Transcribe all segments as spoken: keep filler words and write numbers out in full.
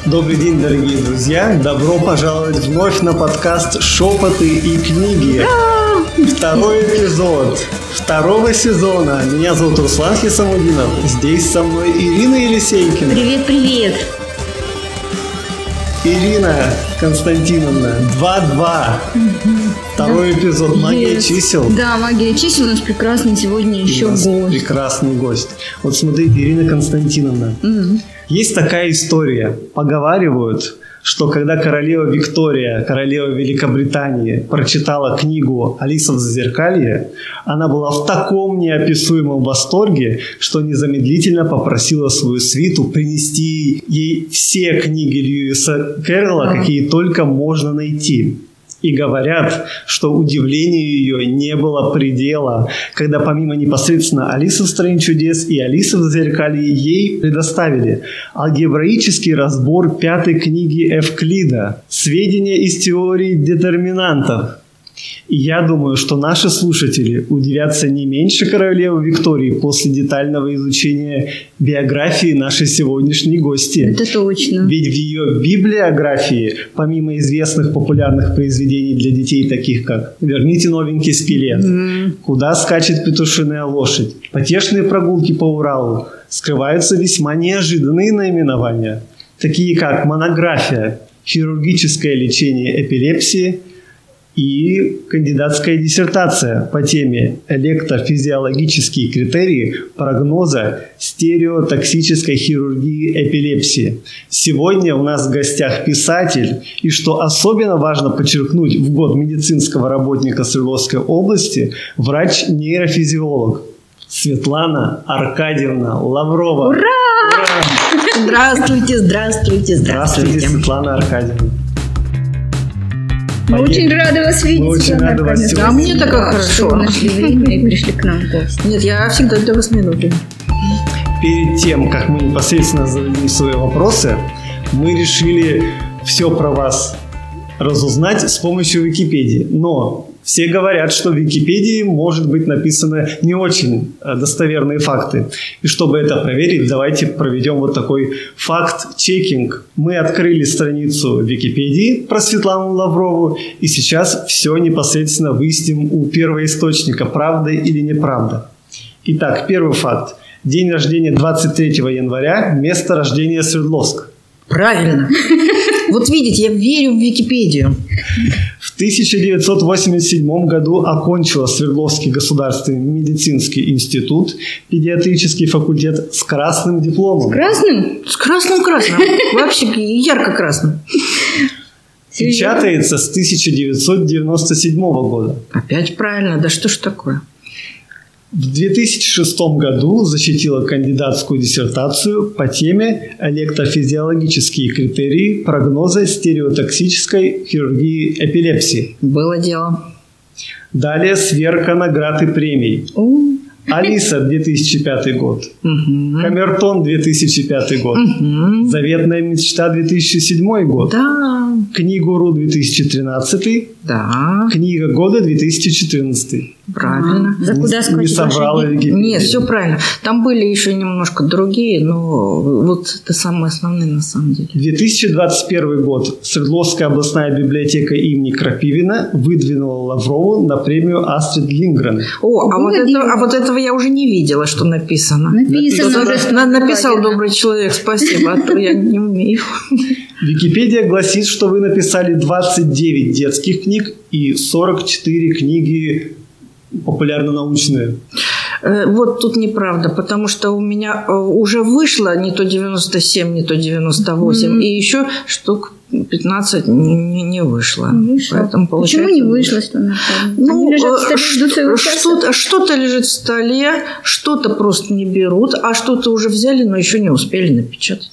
Добрый день, дорогие друзья! Добро пожаловать вновь на подкаст «Шепоты и книги». Второй эпизод второго сезона. Меня зовут Руслан Хисамудинов. Здесь со мной Ирина Елисейкина. Привет-привет! Ирина Константиновна, два-два. Второй да. эпизод «Магия yes. чисел». Да, «Магия чисел» у нас прекрасный сегодня еще гость. Прекрасный гость. Вот смотрите, Ирина Константиновна. Mm-hmm. Есть такая история. Поговаривают, что когда королева Виктория, королева Великобритании, прочитала книгу «Алиса в Зазеркалье», она была в таком неописуемом восторге, что незамедлительно попросила свою свиту принести ей все книги Льюиса Кэрролла, какие только можно найти. И говорят, что удивлению ее не было предела, когда помимо непосредственно «Алисы в стране чудес» и «Алисы в Зазеркалье» ей предоставили алгебраический разбор пятой книги Эвклида «Сведения из теории детерминантов». И я думаю, что наши слушатели удивятся не меньше королевы Виктории после детального изучения биографии нашей сегодняшней гости. Это точно. Ведь в ее библиографии, помимо известных популярных произведений для детей, таких как «Верните новенький скелет», mm. «Куда скачет петушиная лошадь», «Потешные прогулки по Уралу», скрываются весьма неожиданные наименования, такие как «Монография», «Хирургическое лечение эпилепсии», и кандидатская диссертация по теме «Электрофизиологические критерии прогноза стереотоксической хирургии эпилепсии». Сегодня у нас в гостях писатель, и что особенно важно подчеркнуть в год медицинского работника Свердловской области, врач-нейрофизиолог Светлана Аркадьевна Лаврова. Ура! Ура! Здравствуйте, здравствуйте, здравствуйте. Здравствуйте, Светлана Аркадьевна. Мы очень рады вас видеть. Мы очень рады вас видеть. А мне так хорошо. Что вы нашли время и пришли к нам в гости. Нет, я всегда для вас найду время. Перед тем, как мы непосредственно зададим свои вопросы, мы решили все про вас разузнать с помощью Википедии. Но все говорят, что в Википедии может быть написаны не очень достоверные факты. И чтобы это проверить, давайте проведем вот такой факт-чекинг. Мы открыли страницу Википедии про Светлану Лаврову, и сейчас все непосредственно выясним у первоисточника, правда или неправда. Итак, первый факт. День рождения двадцать третьего января, место рождения Свердловск. Правильно. Вот видите, я верю в Википедию. В тысяча девятьсот восемьдесят седьмом году окончила Свердловский государственный медицинский институт, педиатрический факультет с красным дипломом. С красным? С красным-красным. Вообще ярко-красным. Печатается с тысяча девятьсот девяносто седьмого года. Опять правильно. Да что ж такое? В две тысячи шестом году защитила кандидатскую диссертацию по теме «Электрофизиологические критерии прогноза стереотоксической хирургии эпилепсии». Было дело. Далее сверка наград и премий. О. «Алиса» две тысячи пятый год. Угу. «Камертон» две тысячи пятый год. Угу. «Заветная мечта» две тысячи седьмой год. Да. «Книгу.ру» две тысячи тринадцатый. Да. «Книга года» две тысячи четырнадцатый. Правильно. За куда скачет? Не соврала Википедия. Нет, все правильно. Там были еще немножко другие, но вот это самые основные на самом деле. две тысячи двадцать первый год. Свердловская областная библиотека имени Крапивина выдвинула Лаврову на премию Астрид Лингрен. О, а вот, это, а вот этого я уже не видела, что написано. Написано. Написано. Написал добрый человек, спасибо, а то я не умею. Википедия гласит, что вы написали двадцать девять детских книг и сорок четыре книги популярно-научные. Вот тут неправда, потому что у меня уже вышло не то девяносто семь, не то девяносто восемь, mm-hmm. и еще штук пятнадцать не, не вышло. вышло. Поэтому, Почему не вышло? Что ну, что, что-то, что-то лежит в столе, что-то просто не берут, а что-то уже взяли, но еще не успели напечатать.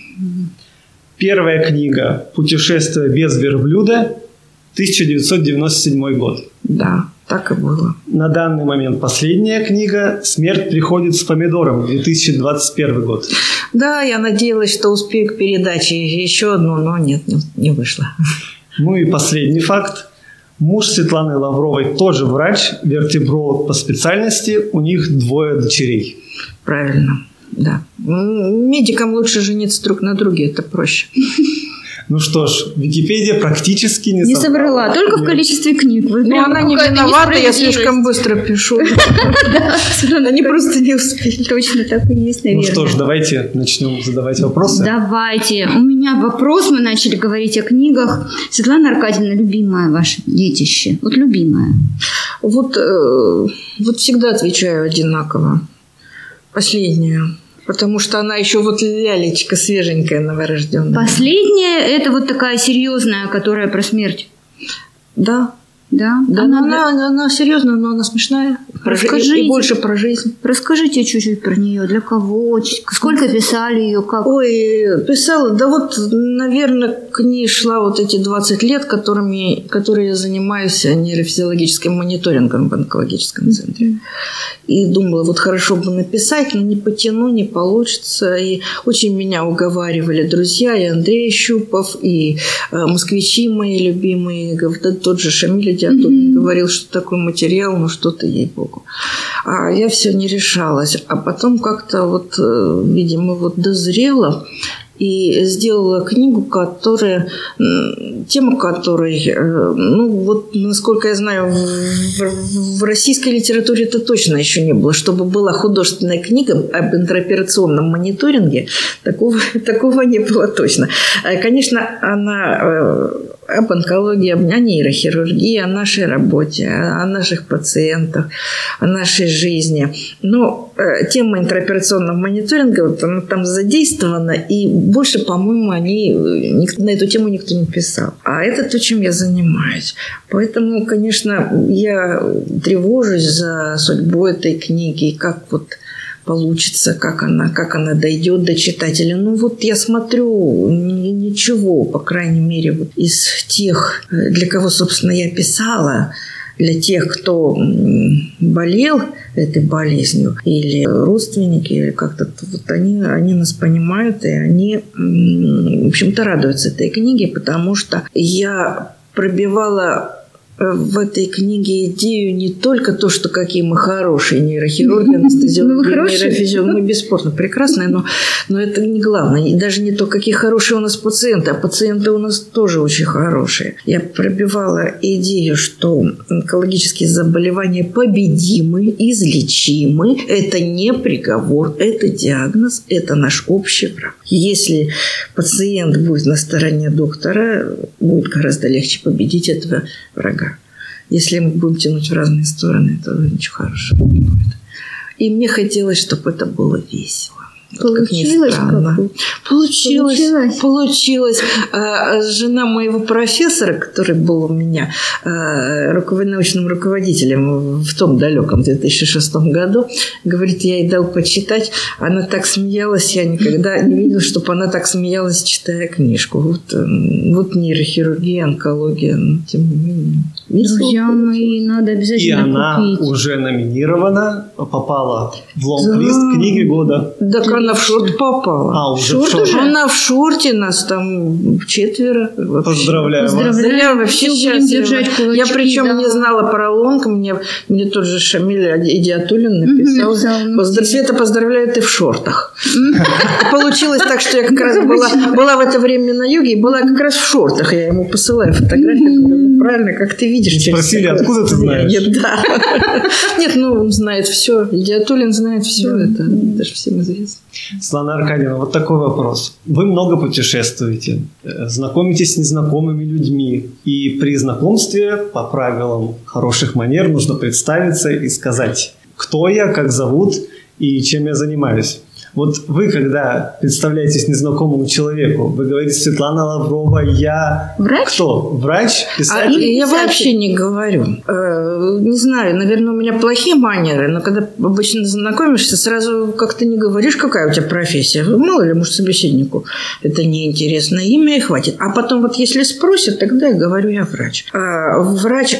Первая книга «Путешествие без верблюда», тысяча девятьсот девяносто седьмой год. Да, так и было. На данный момент последняя книга «Смерть приходит с помидором», две тысячи двадцать первый год. Да, я надеялась, что успею к передаче еще одну, но нет, не, не вышло. Ну и последний факт. Муж Светланы Лавровой тоже врач, вертебролог по специальности. У них двое дочерей. Правильно. да. Медикам лучше жениться друг на друге, это проще. Ну что ж, Википедия практически не, не соврала. соврала, только в количестве книг. Но она не виновата, я слишком быстро пишу. Они просто не успели. Точно так и есть, наверное. Ну что ж, давайте начнем задавать вопросы. Давайте. У меня вопрос, мы начали говорить о книгах. Светлана Аркадьевна, любимое ваше детище? Вот любимое. Вот, вот всегда отвечаю одинаково. Последнее. Потому что она еще вот лялечка свеженькая, новорожденная. Последняя – это вот такая серьезная, которая про смерть. Да. Да, да она, она, она, она серьезная, но она смешная. Расскажите, и больше про жизнь. Расскажите чуть-чуть про нее. Для кого? Сколько писали ее? Как? Ой, писала, да вот, наверное, к ней шла вот эти двадцать лет, которыми, которые я занимаюсь нейрофизиологическим мониторингом в онкологическом центре. Mm-hmm. И думала, вот хорошо бы написать, но не потяну, не получится. И очень меня уговаривали друзья, и Андрей Щупов, и э, москвичи мои любимые, тот же Шамиль Диатуллин mm-hmm. говорил, что такой материал, ну что-то, ей-богу. А я все не решалась. А потом как-то вот, видимо, вот дозрела и сделала книгу, которая, тема которой, ну вот, насколько я знаю, в, в российской литературе это точно еще не было, чтобы была художественная книга об интраоперационном мониторинге, такого, такого не было точно. Конечно, она об онкологии, о нейрохирургии, о нашей работе, о наших пациентах, о нашей жизни. Но э, тема интраоперационного мониторинга, вот она там задействована, и больше, по-моему, они, на эту тему никто не писал. А это то, чем я занимаюсь. Поэтому, конечно, я тревожусь за судьбу этой книги, и как вот получится, как она, как она дойдет до читателя. Ну вот я смотрю, ничего, по крайней мере, вот из тех, для кого, собственно, я писала, для тех, кто болел этой болезнью, или родственники, или как-то вот они, они нас понимают, и они, в общем-то, радуются этой книге, потому что я пробивала в этой книге идею не только то, что какие мы хорошие нейрохирурги, анестезиологи, нейрофизиологи, мы бесспорно прекрасные, но, но это не главное. И даже не то, какие хорошие у нас пациенты, а пациенты у нас тоже очень хорошие. Я пробивала идею, что онкологические заболевания победимы, излечимы. Это не приговор, это диагноз, это наш общий враг. Если пациент будет на стороне доктора, будет гораздо легче победить этого врага. Если мы будем тянуть в разные стороны, то ничего хорошего не будет. И мне хотелось, чтобы это было весело. Получилось как? Получилось. Получилось. Получилось. А, жена моего профессора, который был у меня а, научным руководителем в том далеком две тысячи шестом году, говорит, я ей дал почитать. Она так смеялась. Я никогда не видела, чтобы она так смеялась, читая книжку. Вот, вот нейрохирургия, онкология. Но, тем не менее. Друзья мои, надо обязательно И она купить. уже номинирована, попала в лонг-лист да. книги года. Да, она в шорт попала. А, уже шорт в шорт. Она в шорте, нас там четверо. Вообще. Поздравляю, Поздравляю. Я вообще счастлива. Я причем да. не знала про лонг. Мне, мне тот же Шамиль Идиатуллин написал. Mm-hmm. Поздрав... Света, поздравляю, ты в шортах. Mm-hmm. Получилось так, что я как раз была, была в это время на юге и была как раз в шортах. Я ему посылаю фотографии. Mm-hmm. Правильно, как ты видишь. Спросили, откуда ты знаешь? Нет, да. Нет, ну он знает все. Идиатуллин знает все. Это даже всем известно. Светлана Аркадьевна, вот такой вопрос. Вы много путешествуете, знакомитесь с незнакомыми людьми, и при знакомстве по правилам хороших манер нужно представиться и сказать, кто я, как зовут и чем я занимаюсь. Вот вы, когда представляетесь незнакомому человеку, вы говорите, Светлана Лаврова, я... Врач? Кто? Врач? Писатель? А я вообще не говорю. Э, не знаю, наверное, у меня плохие манеры, но когда обычно знакомишься, сразу как-то не говоришь, какая у тебя профессия. Мало ли, может, собеседнику это неинтересное имя и хватит. А потом вот если спросят, тогда я говорю, я врач. А врач,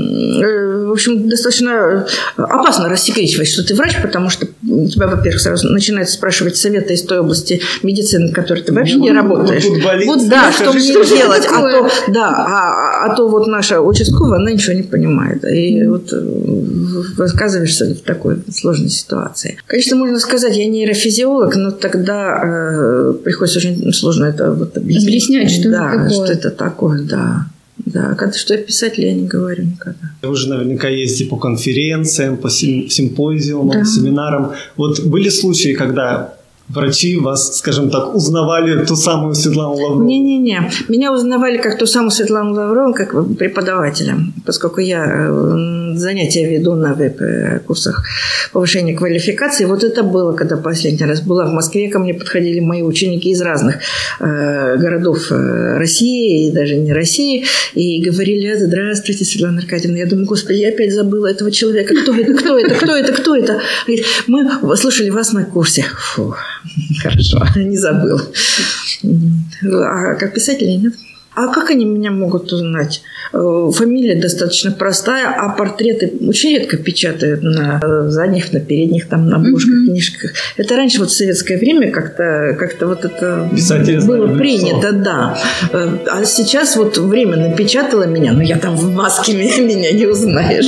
в общем, достаточно опасно рассекречивать, что ты врач, потому что тебя, во-первых, сразу начинают спрашивать совета из той области медицины, в которой ты вообще не вот, работаешь. Вот, болит, вот да, что мне что делать? А то, да, а, а то вот наша участковая, она ничего не понимает. И mm. вот оказываешься в такой сложной ситуации. Конечно, можно сказать, я нейрофизиолог, но тогда э, приходится очень сложно это вот объяснить. Объяснять, что да, это такое. что это такое, да. Да, когда что я писатель, я не говорю никогда. Вы же наверняка ездите по конференциям, по симпозиумам, да. семинарам. Вот были случаи, когда врачи вас, скажем так, узнавали ту самую Светлану Лаврову? Не-не-не. Меня узнавали как ту самую Светлану Лаврову, как преподавателя, поскольку я занятия веду на веб-курсах повышения квалификации. Вот это было, когда последний раз была в Москве, ко мне подходили мои ученики из разных э, городов России и даже не России, и говорили: здравствуйте, Светлана Аркадьевна. Я думаю, господи, я опять забыла этого человека. Кто это, кто это, кто это, кто это? Говорит: мы слушали вас на курсе. Фу. Хорошо, не забыл. А как писателя нет? А как они меня могут узнать? Фамилия достаточно простая, а портреты очень редко печатают на задних, на передних, там, на обложках, mm-hmm. книжках. Это раньше вот в советское время как-то, как-то вот это Писатель было принято, да. А сейчас вот время напечатало меня, но я там в маске, меня не узнаешь.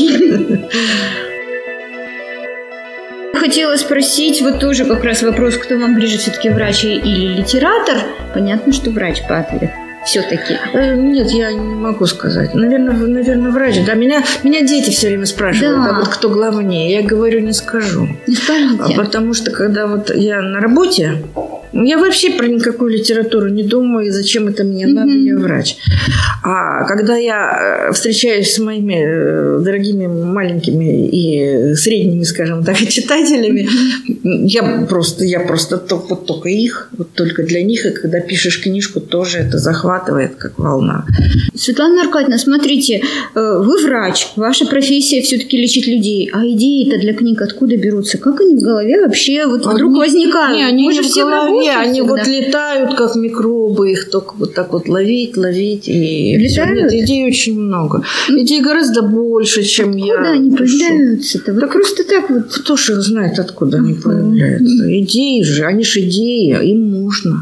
Хотела спросить, вот тоже как раз вопрос, кто вам ближе, все-таки врач или литератор? Понятно, что врач по ответу. Все-таки. Нет, я не могу сказать. Наверное, наверное, врач. Да, меня, меня дети все время спрашивают, да. а вот кто главнее? Я говорю, не скажу. Не скажите. Потому что когда вот я на работе, я вообще про никакую литературу не думаю, и зачем это мне mm-hmm. надо, я врач. А когда я встречаюсь с моими дорогими маленькими и средними, скажем так, читателями, mm-hmm. я просто, я просто только, вот только их, вот только для них, и когда пишешь книжку, тоже это захватывает, как волна. Светлана Аркадьевна, смотрите, вы врач, ваша профессия все-таки лечить людей, а идеи-то для книг откуда берутся? Как они в голове вообще вот вдруг они, возникают? Не, они Мы не же в все голове, они всегда. вот летают, как микробы, их только вот так вот ловить, ловить. И летают? Нет, идей очень много. Идей гораздо больше, чем откуда я. Откуда они появляются-то? Вот так просто так вот. Кто же знает, откуда они появляются? Идеи же, они же идеи, им можно.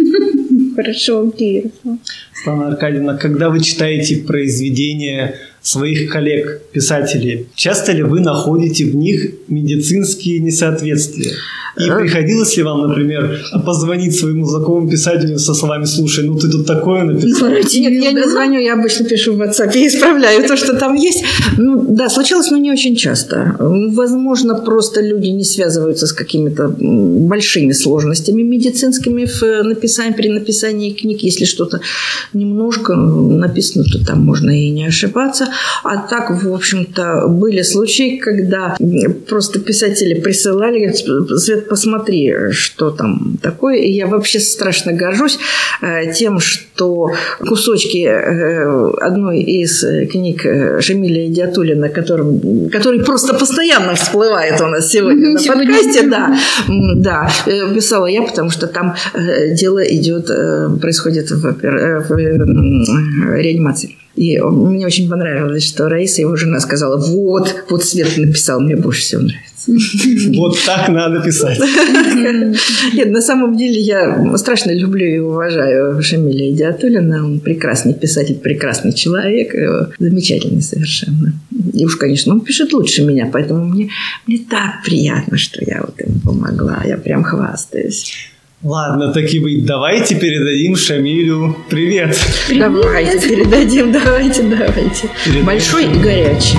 Хорошо, окей. Светлана Аркадьевна, когда вы читаете произведения своих коллег-писателей, часто ли вы находите в них медицинские несоответствия? И приходилось ли вам, например, позвонить своему знакомому писателю со словами: слушай, ну ты тут такое написал? Нет, я не звоню, я обычно пишу в WhatsApp и исправляю то, что там есть. Ну, да, случалось, но не очень часто. Возможно, просто люди не связываются с какими-то большими сложностями медицинскими в написании, при написании книг. Если что-то немножко написано, то там можно и не ошибаться. А так, в общем-то, были случаи, когда просто писатели присылали, говорят: Свет, посмотри, что там такое. И я вообще страшно горжусь э, тем, что кусочки э, одной из книг Шамиля Идиатуллина, который, который просто постоянно всплывает у нас сегодня на подкасте, да, да, э, писала я, потому что там э, дело идет, э, происходит в, в, в реанимации. И мне очень понравилось, что Раиса, его жена, сказала: вот, вот Свет написал, мне больше всего нравится. Вот так надо писать. Нет, на самом деле я страшно люблю и уважаю Шамиля Идиатуллина. Он прекрасный писатель, прекрасный человек, замечательный совершенно. И уж, конечно, он пишет лучше меня, поэтому мне, мне так приятно, что я вот ему помогла. Я прям хвастаюсь. Ладно, так и быть, давайте передадим Шамилю привет. привет. Давайте передадим, давайте, давайте. Передадим. Большой и горячий.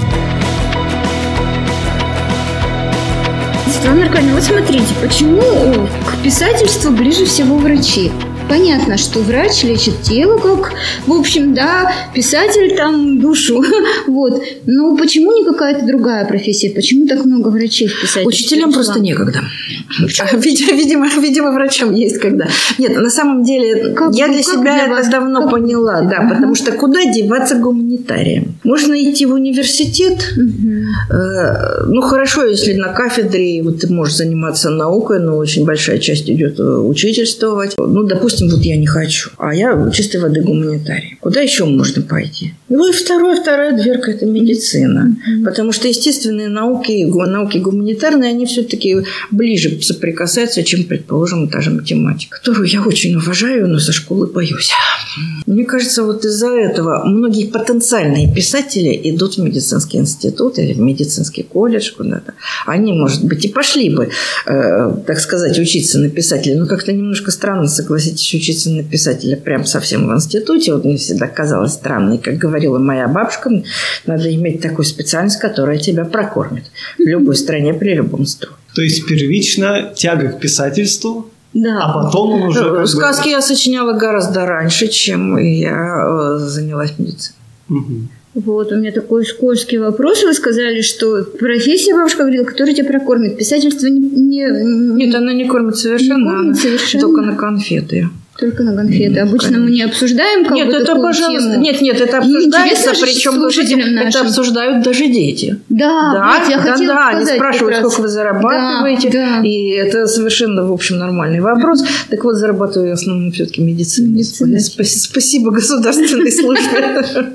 Светлана Аркадьевна, вот смотрите, почему к писательству ближе всего врачи? Понятно, что врач лечит тело, как, в общем, да, писатель там душу, вот. Но почему не какая-то другая профессия? Почему так много врачей в писательстве? Учителям просто некогда. Видимо, видимо, врачам есть когда. Нет, на самом деле, как, я для себя для это вас? давно как? поняла, да, ага. потому что куда деваться гуманитариям? Можно идти в университет, угу. э, ну, хорошо, если на кафедре вот, ты можешь заниматься наукой, но очень большая часть идет учительствовать. Ну, допустим, допустим, вот я не хочу, а я чистой воды гуманитарий. Куда еще можно пойти? Ну и второе, вторая дверка – это медицина. Mm-hmm. Потому что естественные науки, науки гуманитарные, они все-таки ближе соприкасаются, чем, предположим, та же математика, которую я очень уважаю, но со школы боюсь. Мне кажется, вот из-за этого многие потенциальные писатели идут в медицинский институт или в медицинский колледж куда-то. Они, может быть, и пошли бы, э, так сказать, учиться на писателя, но как-то немножко странно, согласитесь, учиться на писателя прям совсем в институте. Вот мне всегда казалось странно, и, как говорила моя бабушка, надо иметь такую специальность, которая тебя прокормит в любой стране при любом строе. То есть первично тяга к писательству, да. А потом он уже... Как Сказки бы... я сочиняла гораздо раньше, чем я занялась медициной. Угу. Вот, у меня такой скользкий вопрос. Вы сказали, что профессия, бабушка говорила, которая тебя прокормит. Писательство не... не... Нет, она не кормит совершенно. Не кормит совершенно. Только на конфеты. Только на конфеты. Обычно Конечно. мы не обсуждаем как нет, бы это, такую пожалуйста. тему. Нет, нет, это обсуждается, причем это обсуждают даже дети. Да, да, вот я да, хотела да, сказать, они спрашивают, сколько вы зарабатываете, да, да. И это совершенно, в общем, нормальный вопрос. Так вот, зарабатываю я в основном все-таки медициной. Спасибо государственной службе.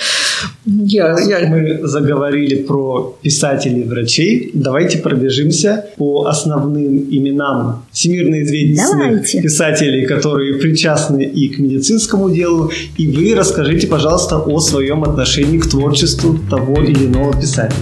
Мы заговорили про писателей и врачей. Давайте пробежимся по основным именам всемирно известных писателей, которые причастны и к медицинскому делу, и вы расскажите, пожалуйста, о своем отношении к творчеству того или иного писателя.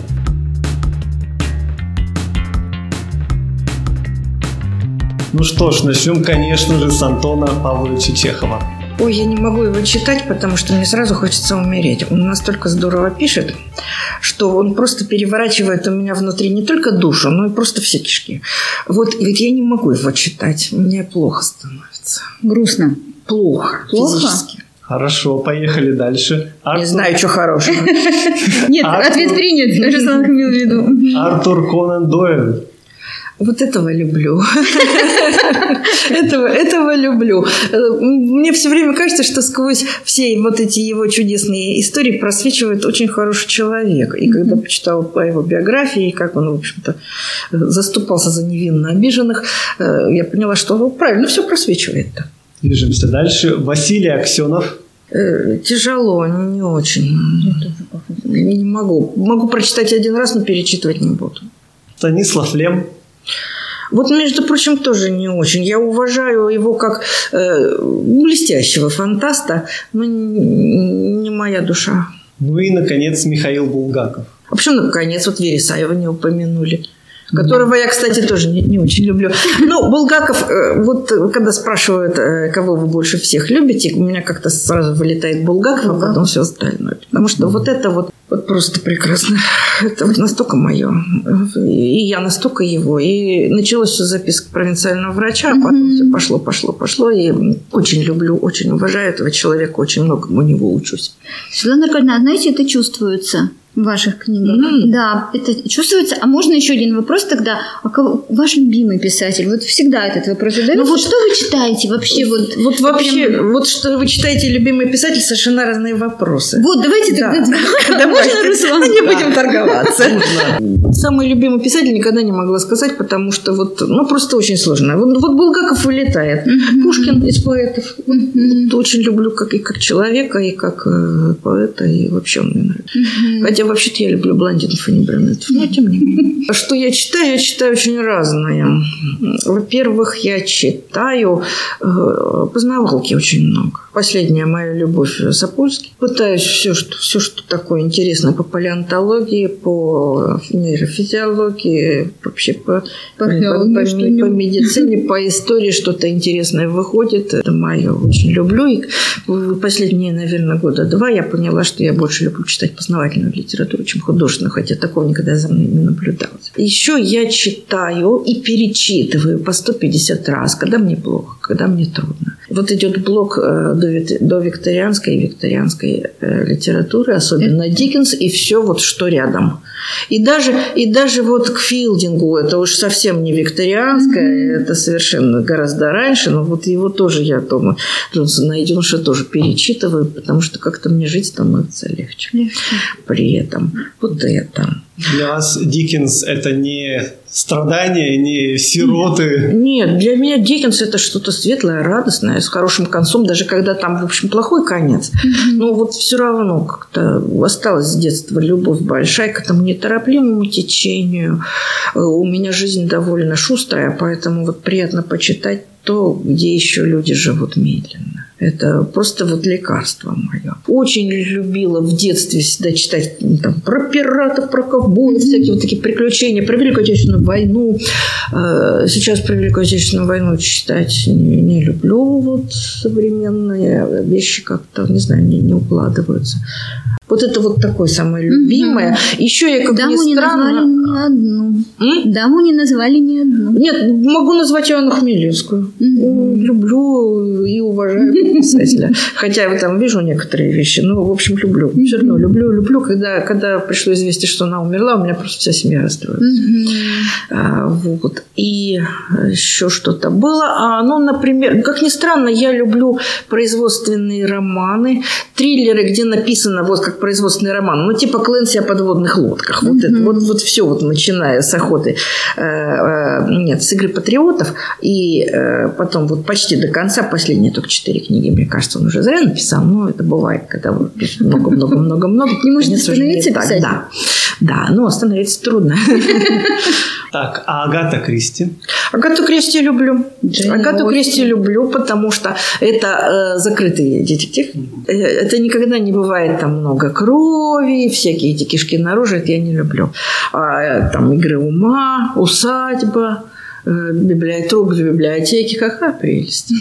Ну что ж, начнем, конечно же, с Антона Павловича Чехова. Ой, я не могу его читать, потому что мне сразу хочется умереть. Он настолько здорово пишет, что он просто переворачивает у меня внутри не только душу, но и просто все кишки. Вот, ведь я не могу его читать, мне плохо становится. Грустно. Плохо. Плохо? Физически. Хорошо, поехали дальше. Артур... Не знаю, что хорошего. Нет, ответ принят. Я же сам имел в виду. Артур Конан Дойль. Вот этого люблю. этого, этого люблю. Мне все время кажется, что сквозь все вот эти его чудесные истории просвечивает очень хороший человек. И когда почитала по его биографии, как он, в общем-то, заступался за невинно обиженных, я поняла, что правильно все просвечивает-то. Движемся дальше. Василий Аксенов. Тяжело, не очень. Не могу. Могу прочитать один раз, но перечитывать не буду. Станислав Лем. Вот, между прочим, тоже не очень. Я уважаю его как э, блестящего фантаста, но не моя душа. Ну и, наконец, Михаил Булгаков. А почему, наконец, вот Вересаева не упомянули? Которого я, кстати, тоже не, не очень люблю. Ну, Булгаков, вот когда спрашивают, кого вы больше всех любите, у меня как-то сразу вылетает Булгаков, а потом все остальное. Потому что вот это вот, вот просто прекрасно. Это вот настолько мое. И я настолько его. И началось все с записки провинциального врача, а потом mm-hmm. все пошло, пошло, пошло. И очень люблю, очень уважаю этого человека, очень многому у него учусь. Светлана Аркадьевна, знаете, это чувствуется в ваших книгах. Mm. Да, это чувствуется. А можно еще один вопрос тогда? А кого, ваш любимый писатель? Вот всегда этот вопрос задается. Ну, вот что вы читаете вообще? Вот, вот вообще, прям... вот что вы читаете любимый писатель, совершенно разные вопросы. Вот, давайте да. тогда... Можно, Руслан? Не будем торговаться. Самый любимый писатель никогда не могла сказать, потому что вот, ну, просто очень сложно. Вот, вот Булгаков вылетает. Mm-hmm. Пушкин из поэтов. Mm-hmm. Очень люблю как, и как человека, и как э, поэта, и вообще он мне нравится. Mm-hmm. Хотя вообще-то я люблю блондинов, а не брюнетов. Но тем не менее. Что я читаю? Я читаю очень разное. Во-первых, я читаю э, познавалки очень много. Последняя моя любовь Сапольский. Пытаюсь все, что, все, что такое интересное по палеонтологии, по нейрофизиологии, вообще по, по, по, по, по медицине, по истории что-то интересное выходит. Это мое очень люблю. И последние, наверное, года два я поняла, что я больше люблю читать познавательную литературу, чем художественную, хотя такого никогда за мной не наблюдалось. Еще я читаю и перечитываю по сто пятьдесят раз, когда мне плохо, когда мне трудно. Вот идет блок до викторианской и викторианской литературы, особенно Диккенс, и все вот что рядом. И даже, и даже вот к Филдингу, это уж совсем не викторианское, mm-hmm. это совершенно гораздо раньше, но вот его тоже я дома Джонсона найденыша тоже перечитываю, потому что как-то мне жить становится легче. легче. При этом вот это. Для вас Диккенс – это не страдания, не сироты? Нет, для меня Диккенс – это что-то светлое, радостное, с хорошим концом, даже когда там, в общем, плохой конец. Mm-hmm. Но вот все равно как-то осталась с детства любовь большая к этому неторопливому течению. У меня жизнь довольно шустрая, поэтому вот приятно почитать то, где еще люди живут медленно. Это просто вот лекарство мое. Очень любила в детстве всегда читать там, про пиратов, про ковбоев, mm-hmm. всякие вот такие приключения, про Великую Отечественную войну. Сейчас про Великую Отечественную войну читать не, не люблю. Вот современные вещи как-то, не знаю, не, не укладываются. Вот это вот такое самое любимое. Mm-hmm. Еще я, как Даму ни странно... не назвали ни одну. М? Даму не назвали ни одну. Нет, могу назвать Анну Хмелевскую. Mm-hmm. Люблю и уважаю писателя. Хотя я там вижу некоторые вещи, но, в общем, люблю. Mm-hmm. Все равно люблю, люблю. Когда, когда пришло известие, что она умерла, у меня просто вся семья расстроилась. Mm-hmm. А, вот. И еще что-то было. А, ну, например, как ни странно, я люблю производственные романы, триллеры, где написано вот как производственный роман, ну, типа Клэнси о подводных лодках. Вот, mm-hmm. это, вот, вот все, вот, начиная с охоты, э, э, нет, с игры патриотов, и э, потом вот почти до конца, последние только четыре книги, мне кажется, он уже зря написал, но это бывает, когда вот пишут много-много-много-много. Не может остановиться писать? Да, да, но остановиться трудно. Так, а Агата Кристи? Агату Кристи люблю. Джейн Агату Остин. Кристи люблю, потому что это э, закрытый детектив. Э, это никогда не бывает там много крови, всякие эти кишки наружу, это я не люблю. А, там игры ума, усадьба, э, библиотека, труп в библиотеке. Какая прелесть.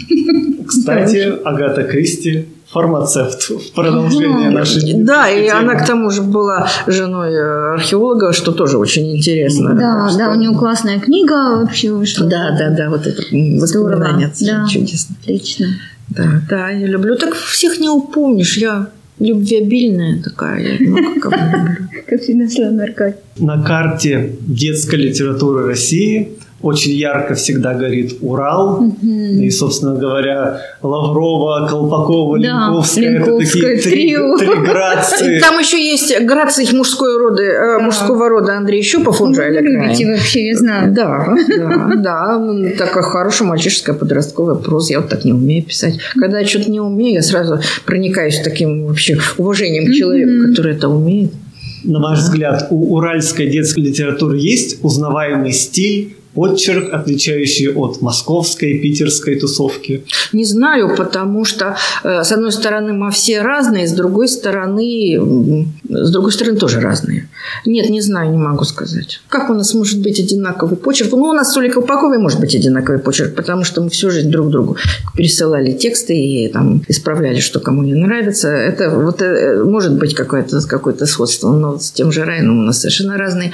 Кстати, Агата Кристи фармацевт в продолжение ага. нашей Да, и темы. Она к тому же была женой археолога, что тоже очень интересно. Да, что... да, у нее классная книга вообще вышла. Да, да, да, вот это воспоминание да, чудесно. Отлично. Да, да, я люблю. Так всех не упомнишь, я любвеобильная такая, я много кого люблю. Как всегда, Светлана Аркадьевна. На карте детской литературы России очень ярко всегда горит Урал. Mm-hmm. И, собственно говоря, Лаврова, Колпакова, да, Ленковская. Ленковская. Это такие три, три грации. Там еще есть грации мужской рода, да. мужского рода Андрей Щупов, он же Олег Райан. Любите вообще, я знаю. Да, да, да. Такая хорошая мальчишеская подростковая проза. Я вот так не умею писать. Когда я что-то не умею, я сразу проникаюсь таким вообще уважением к человеку, mm-hmm. который это умеет. На ваш да. взгляд, у уральской детской литературы есть узнаваемый стиль, подчерк, отличающий от московской, питерской тусовки? Не знаю, потому что, э, с одной стороны, мы все разные, с другой стороны, э, с другой стороны, тоже разные. Нет, не знаю, не могу сказать. Как у нас может быть одинаковый почерк? Ну, у нас с Олей Колпаковой может быть одинаковый почерк, потому что мы всю жизнь друг другу пересылали тексты и там исправляли, что кому не нравится. Это вот э, может быть какое-то, какое-то сходство, но с тем же Райаном у нас совершенно разные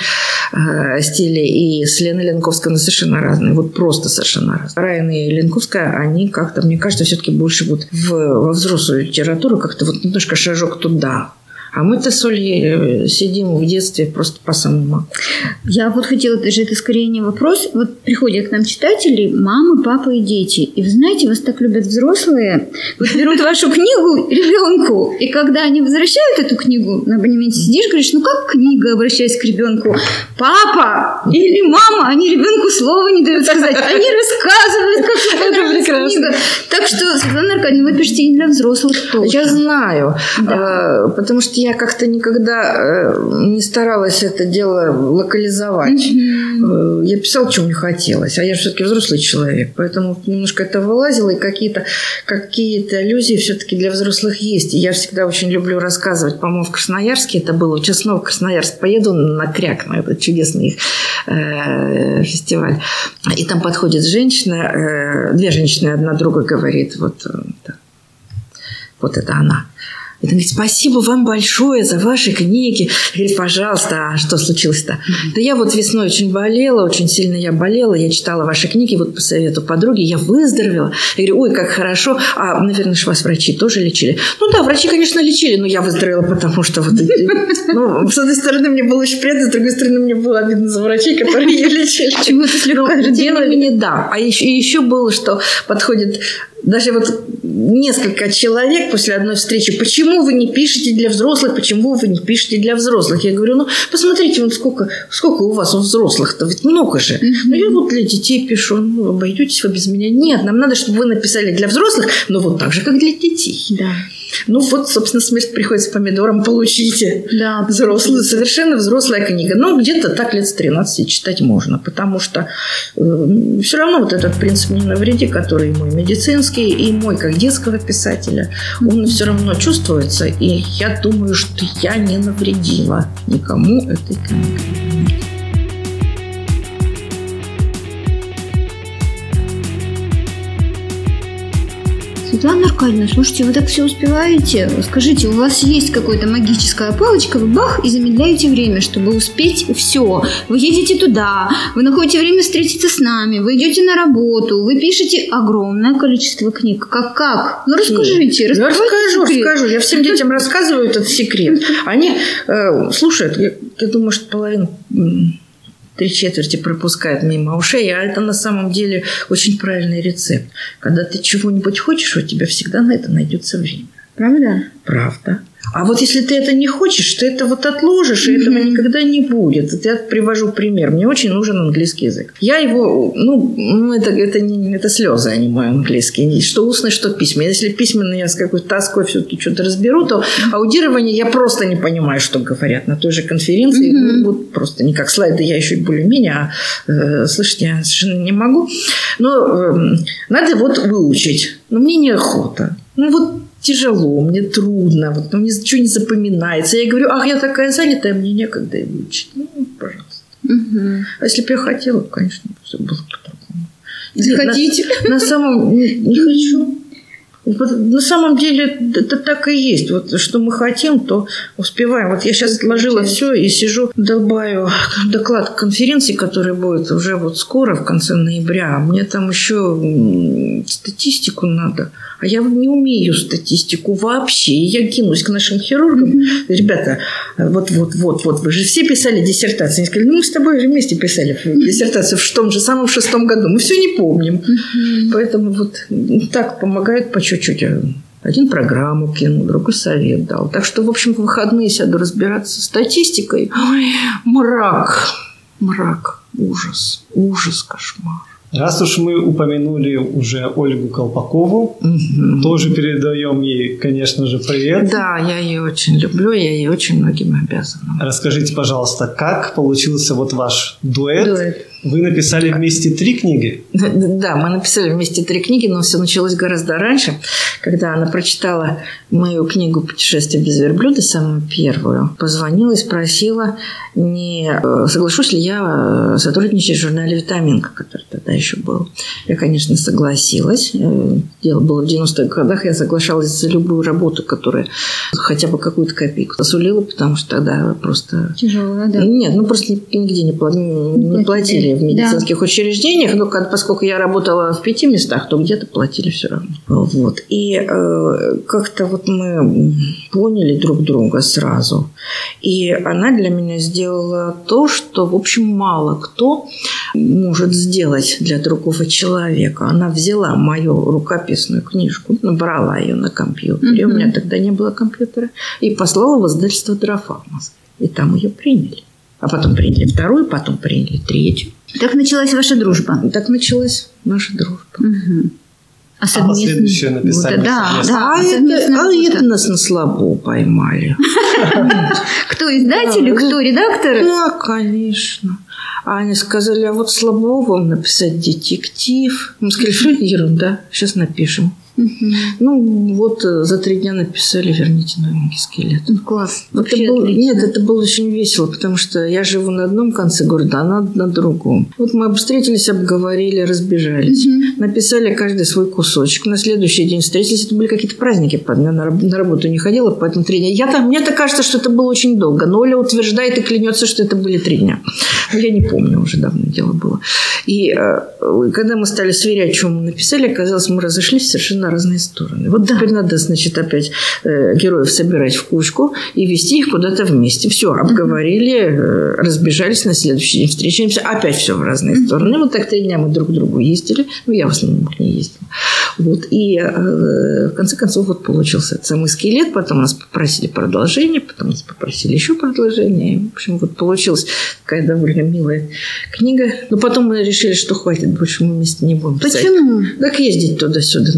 э, стили, и с Леной Ленковской совершенно разные, вот просто совершенно разные. Райан и Ленковская, они как-то, мне кажется, все-таки больше вот в, во взрослую литературу как-то вот немножко шажок туда. А мы-то с Олей сидим в детстве просто по самому. Я вот хотела, даже это скорее не вопрос. Вот приходят к нам читатели, мамы, папы и дети. И вы знаете, вас так любят взрослые. Вот берут вашу книгу ребенку, и когда они возвращают эту книгу, на абонементе сидишь, говоришь, ну как книга, обращаясь к ребенку? Папа или мама, они ребенку слова не дают сказать. Они рассказывают, как это книга. Так что, Светлана Аркадьевна, вы пишете и для взрослых тоже. Я знаю, да. потому что я как-то никогда не старалась это дело локализовать. Mm-hmm. Я писала, что мне хотелось. А я же все-таки взрослый человек. Поэтому немножко это вылазило. И какие-то, какие-то аллюзии все-таки для взрослых есть. И я всегда очень люблю рассказывать. По-моему, в Красноярске это было. Сейчас снова в Красноярск поеду на Кряк, на этот чудесный их э, фестиваль. И там подходит женщина. Э, две женщины одна другой говорит. Вот, вот это она. Это говорит, спасибо вам большое за ваши книги. Говорит, пожалуйста, а что случилось-то? Mm-hmm. Да я вот весной очень болела, очень сильно я болела, я читала ваши книги, вот по совету подруги, я выздоровела. Я говорю, ой, как хорошо. А, наверное, же вас врачи тоже лечили? Ну да, врачи, конечно, лечили, но я выздоровела, потому что вот... Ну, с одной стороны, мне было очень приятно, с другой стороны, мне было обидно за врачей, которые ее лечили. Чего-то слегка делали. Да. А еще было, что подходит... Даже вот несколько человек после одной встречи, почему вы не пишете для взрослых, почему вы не пишете для взрослых? Я говорю, ну, посмотрите, вот сколько, сколько у вас у взрослых-то, ведь много же. Mm-hmm. Ну, я вот для детей пишу, ну, обойдетесь вы без меня. Нет, нам надо, чтобы вы написали для взрослых, но вот так же, как для детей. Да. Ну, вот, собственно, «Смерть приходит с помидором», получите. Да, взрослую, совершенно взрослая книга. Но где-то так лет с тринадцати читать можно, потому что э, все равно вот этот принцип «не навреди», который мой медицинский, и мой как детского писателя, он все равно чувствуется, и я думаю, что я не навредила никому этой книге. Светлана Аркадьевна, слушайте, вы так все успеваете? Скажите, у вас есть какая-то магическая палочка, вы бах, и замедляете время, чтобы успеть все. Вы едете туда, вы находите время встретиться с нами, вы идете на работу, вы пишете огромное количество книг. Как как? Ну, расскажите. Я расскажу, секрет. расскажу. Я всем детям рассказываю этот секрет. Они э, слушают, я, я думаю, что половина... Три четверти пропускают мимо ушей, а это на самом деле очень правильный рецепт. Когда ты чего-нибудь хочешь, у тебя всегда на это найдется время. Правда? Правда. А вот если ты это не хочешь, ты это вот отложишь, и mm-hmm. этого никогда не будет. Я привожу пример. Мне очень нужен английский язык. Я его, ну, ну это, это, не, это слезы, а не мой английский. Что устный, что письменный. Если письменный я с какой-то тоской все-таки что-то разберу, то аудирование я просто не понимаю, что говорят на той же конференции. Mm-hmm. Вот просто не как слайды, я еще более-менее, а э, слышать я совершенно не могу. Но э, надо вот выучить. Но мне неохота. Ну вот тяжело, мне трудно, вот, ну, ничего не запоминается. Я говорю, ах, я такая занятая, мне некогда и выучить. Ну, пожалуйста. Угу. А если бы я хотела, конечно, все было по-другому. Хотите? На, на самом... Не, не хочу. На самом деле это так и есть. Вот что мы хотим, то успеваем. Вот я сейчас отложила все и сижу, долбаю доклад конференции, который будет уже вот скоро, в конце ноября. Мне там еще статистику надо. А я не умею статистику вообще. И я кинусь к нашим хирургам. Mm-hmm. Ребята, вот-вот-вот-вот, вы же все писали диссертации. Они сказали, ну мы с тобой же вместе писали диссертацию в том же самом шестом году. Мы все не помним. Mm-hmm. Поэтому вот так помогают по чуть-чуть. Один программу кинул, другой совет дал. Так что, в общем, в выходные сяду разбираться с статистикой. Ой, мрак, мрак, ужас, ужас, кошмар. Раз уж мы упомянули уже Ольгу Колпакову, угу. тоже передаем ей, конечно же, привет. Да, я ее очень люблю, я ей очень многим обязана. Расскажите, пожалуйста, как получился вот ваш дуэт? Дуэт. Вы написали вместе три книги? Да, мы написали вместе три книги, но все началось гораздо раньше, когда она прочитала мою книгу «Путешествие без верблюда», самую первую, позвонила и спросила, не соглашусь ли я сотрудничать в журнале «Витаминка», который тогда еще был. Я, конечно, согласилась. Дело было в девяностых годах, я соглашалась за любую работу, которая хотя бы какую-то копейку посулила, потому что тогда просто... Тяжело, да? Нет, ну просто нигде не платили в медицинских да. учреждениях, но поскольку я работала в пяти местах, то где-то платили все равно. Вот. И э, как-то вот мы поняли друг друга сразу. И она для меня сделала то, что, в общем, мало кто может сделать для другого человека. Она взяла мою рукописную книжку, набрала ее на компьютере, mm-hmm. у меня тогда не было компьютера, и послала в издательство «Дрофа» в Москве. И там ее приняли. А потом приняли вторую, потом приняли третью. Так началась ваша дружба? Так началась наша дружба. Угу. А, а последующее написали? Вот, да, да. А, это, а это нас на слабо поймали. Кто издатели, кто редакторы? Да, конечно. А они сказали, а вот слабо вам написать детектив. Мы сказали, что это ерунда, сейчас напишем. Угу. Ну, вот за три дня написали «Верните новенький скелет». Ну, класс. Это был, нет, это было очень весело, потому что я живу на одном конце города, а она на другом. Вот мы встретились, обговорили, разбежались. Угу. написали каждый свой кусочек. На следующий день встретились. Это были какие-то праздники. Я на работу не ходила, поэтому три дня. Я там, мне-то кажется, что это было очень долго. Но Оля утверждает и клянется, что это были три дня. Я не помню, уже давно дело было. И э, когда мы стали сверять, что мы написали, оказалось, мы разошлись в совершенно разные стороны. Вот теперь надо, значит, опять э, героев собирать в кучку и вести их куда-то вместе. Все, обговорили, э, разбежались, на следующий день встречаемся. Опять все в разные стороны. Вот так три дня мы друг к другу ездили. Ну, я в основном к ней ездила. Вот. И э, в конце концов вот получился этот самый скелет. Потом нас попросили продолжение, потом нас попросили еще продолжение. В общем, вот получилась такая довольно милая книга. Но потом мы решили, что хватит, больше мы вместе не будем писать. Почему? Так ездить туда-сюда.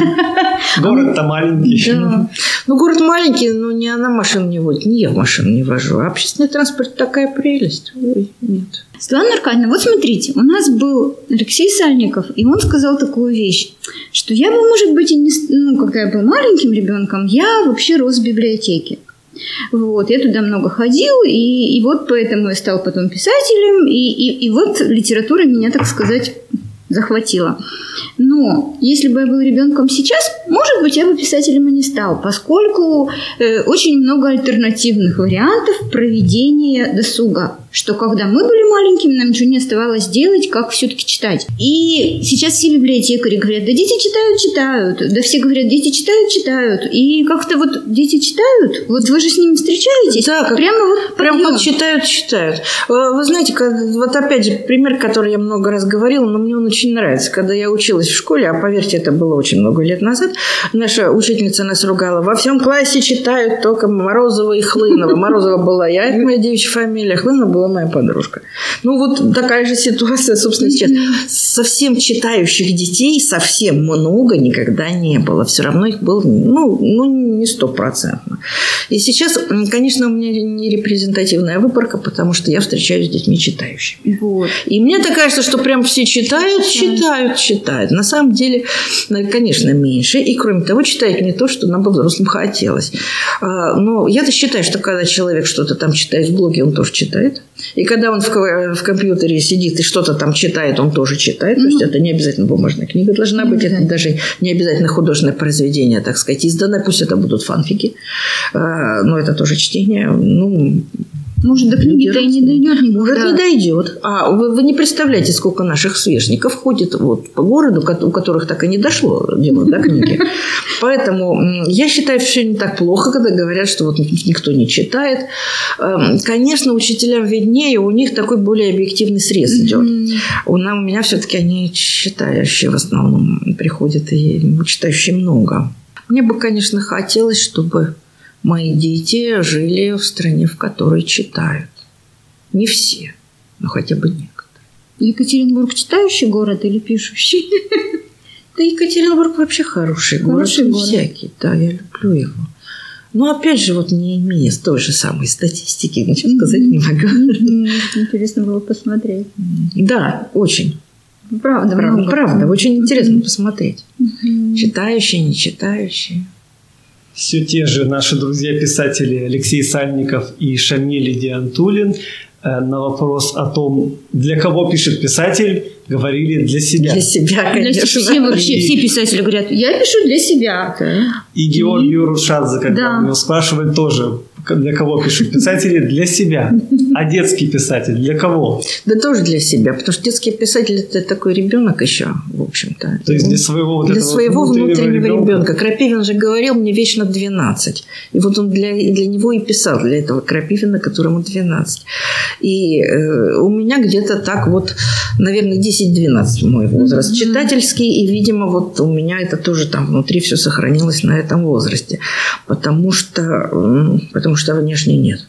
Город-то маленький. Да. Ну, город маленький, но не она машину не водит, не я машину не вожу. А общественный транспорт такая прелесть. Ой, нет. Светлана Аркадьевна, вот смотрите, у нас был Алексей Сальников, и он сказал такую вещь, что я бы, может быть, и не, ну, когда я был маленьким ребенком, я вообще рос в библиотеке. Вот, я туда много ходил, и, и вот поэтому я стал потом писателем, и, и, и вот литература меня, так сказать, захватила. Но если бы я был ребенком сейчас, может быть, я бы писателем и не стал, поскольку э, очень много альтернативных вариантов проведения досуга. Что когда мы были маленькими, нам ничего не оставалось делать, как все-таки читать. И сейчас все библиотекари говорят, да дети читают, читают. Да все говорят, дети читают, читают. И как-то вот дети читают. Вот вы же с ними встречаетесь? Да, как, прямо вот прям как читают, читают. Вы знаете, вот опять же, пример, который я много раз говорила, но мне он очень нравится. Когда я училась в школе, а поверьте, это было очень много лет назад, наша учительница нас ругала. Во всем классе читают только Морозова и Хлынова. Морозова была я, это моя девичья фамилия, Хлынова была моя подружка. Ну, вот такая же ситуация, собственно, сейчас. Совсем читающих детей совсем много никогда не было. Все равно их было, ну, ну не стопроцентно. И сейчас, конечно, у меня не репрезентативная выборка, потому что я встречаюсь с детьми читающими. Вот. И мне так кажется, что прям все читают, читают, читают. На самом деле, конечно, меньше. И, кроме того, читают не то, что нам бы взрослым хотелось. Но я-то считаю, что когда человек что-то там читает в блоге, он тоже читает. И когда он в, в компьютере сидит и что-то там читает, он тоже читает. Mm-hmm. То есть это не обязательно бумажная книга должна быть. Mm-hmm. Это даже не обязательно художественное произведение, так сказать, изданное. Пусть это будут фанфики. Но это тоже чтение. Ну, может, до книги-то и не дойдет. Может, да. не дойдет. А вы, вы не представляете, сколько наших сверстников ходит вот по городу, у которых так и не дошло дело до книги. Поэтому я считаю, все не так плохо, когда говорят, что вот никто не читает. Конечно, учителям виднее, у них такой более объективный срез идет. У меня все-таки они читающие в основном приходят, и читающие много. Мне бы, конечно, хотелось, чтобы мои дети жили в стране, в которой читают. Не все, но хотя бы некоторые. Екатеринбург читающий город или пишущий? Да, Екатеринбург вообще хороший, хороший город. город. Всякий, да, я люблю его. Но опять же, вот не имея той же самой статистики, ничего сказать не могу. Интересно было посмотреть. Да, очень. Правда, правда, правда, очень интересно посмотреть. Читающие, не читающие. Все те же наши друзья-писатели Алексей Сальников и Шамиль Диантулин на вопрос о том, для кого пишет писатель, говорили для себя. Для себя, конечно. Для все, вообще, и... все писатели говорят, я пишу для себя. И Георгию Рушадзе, когда да. его спрашивали, тоже, для кого пишут писатели, для себя. А детский писатель для кого? Да тоже для себя, потому что детский писатель – это такой ребенок еще, в общем-то. То есть для своего вот Для этого своего внутреннего, внутреннего ребенка. ребенка. Крапивин же говорил, мне вечно двенадцать. И вот он для, для него и писал, для этого Крапивина, которому двенадцать. И э, у меня где-то так вот, наверное, десять-двенадцать мой возраст mm-hmm. читательский. И, видимо, вот у меня это тоже там внутри все сохранилось на этом возрасте. Потому что, потому что внешне нет.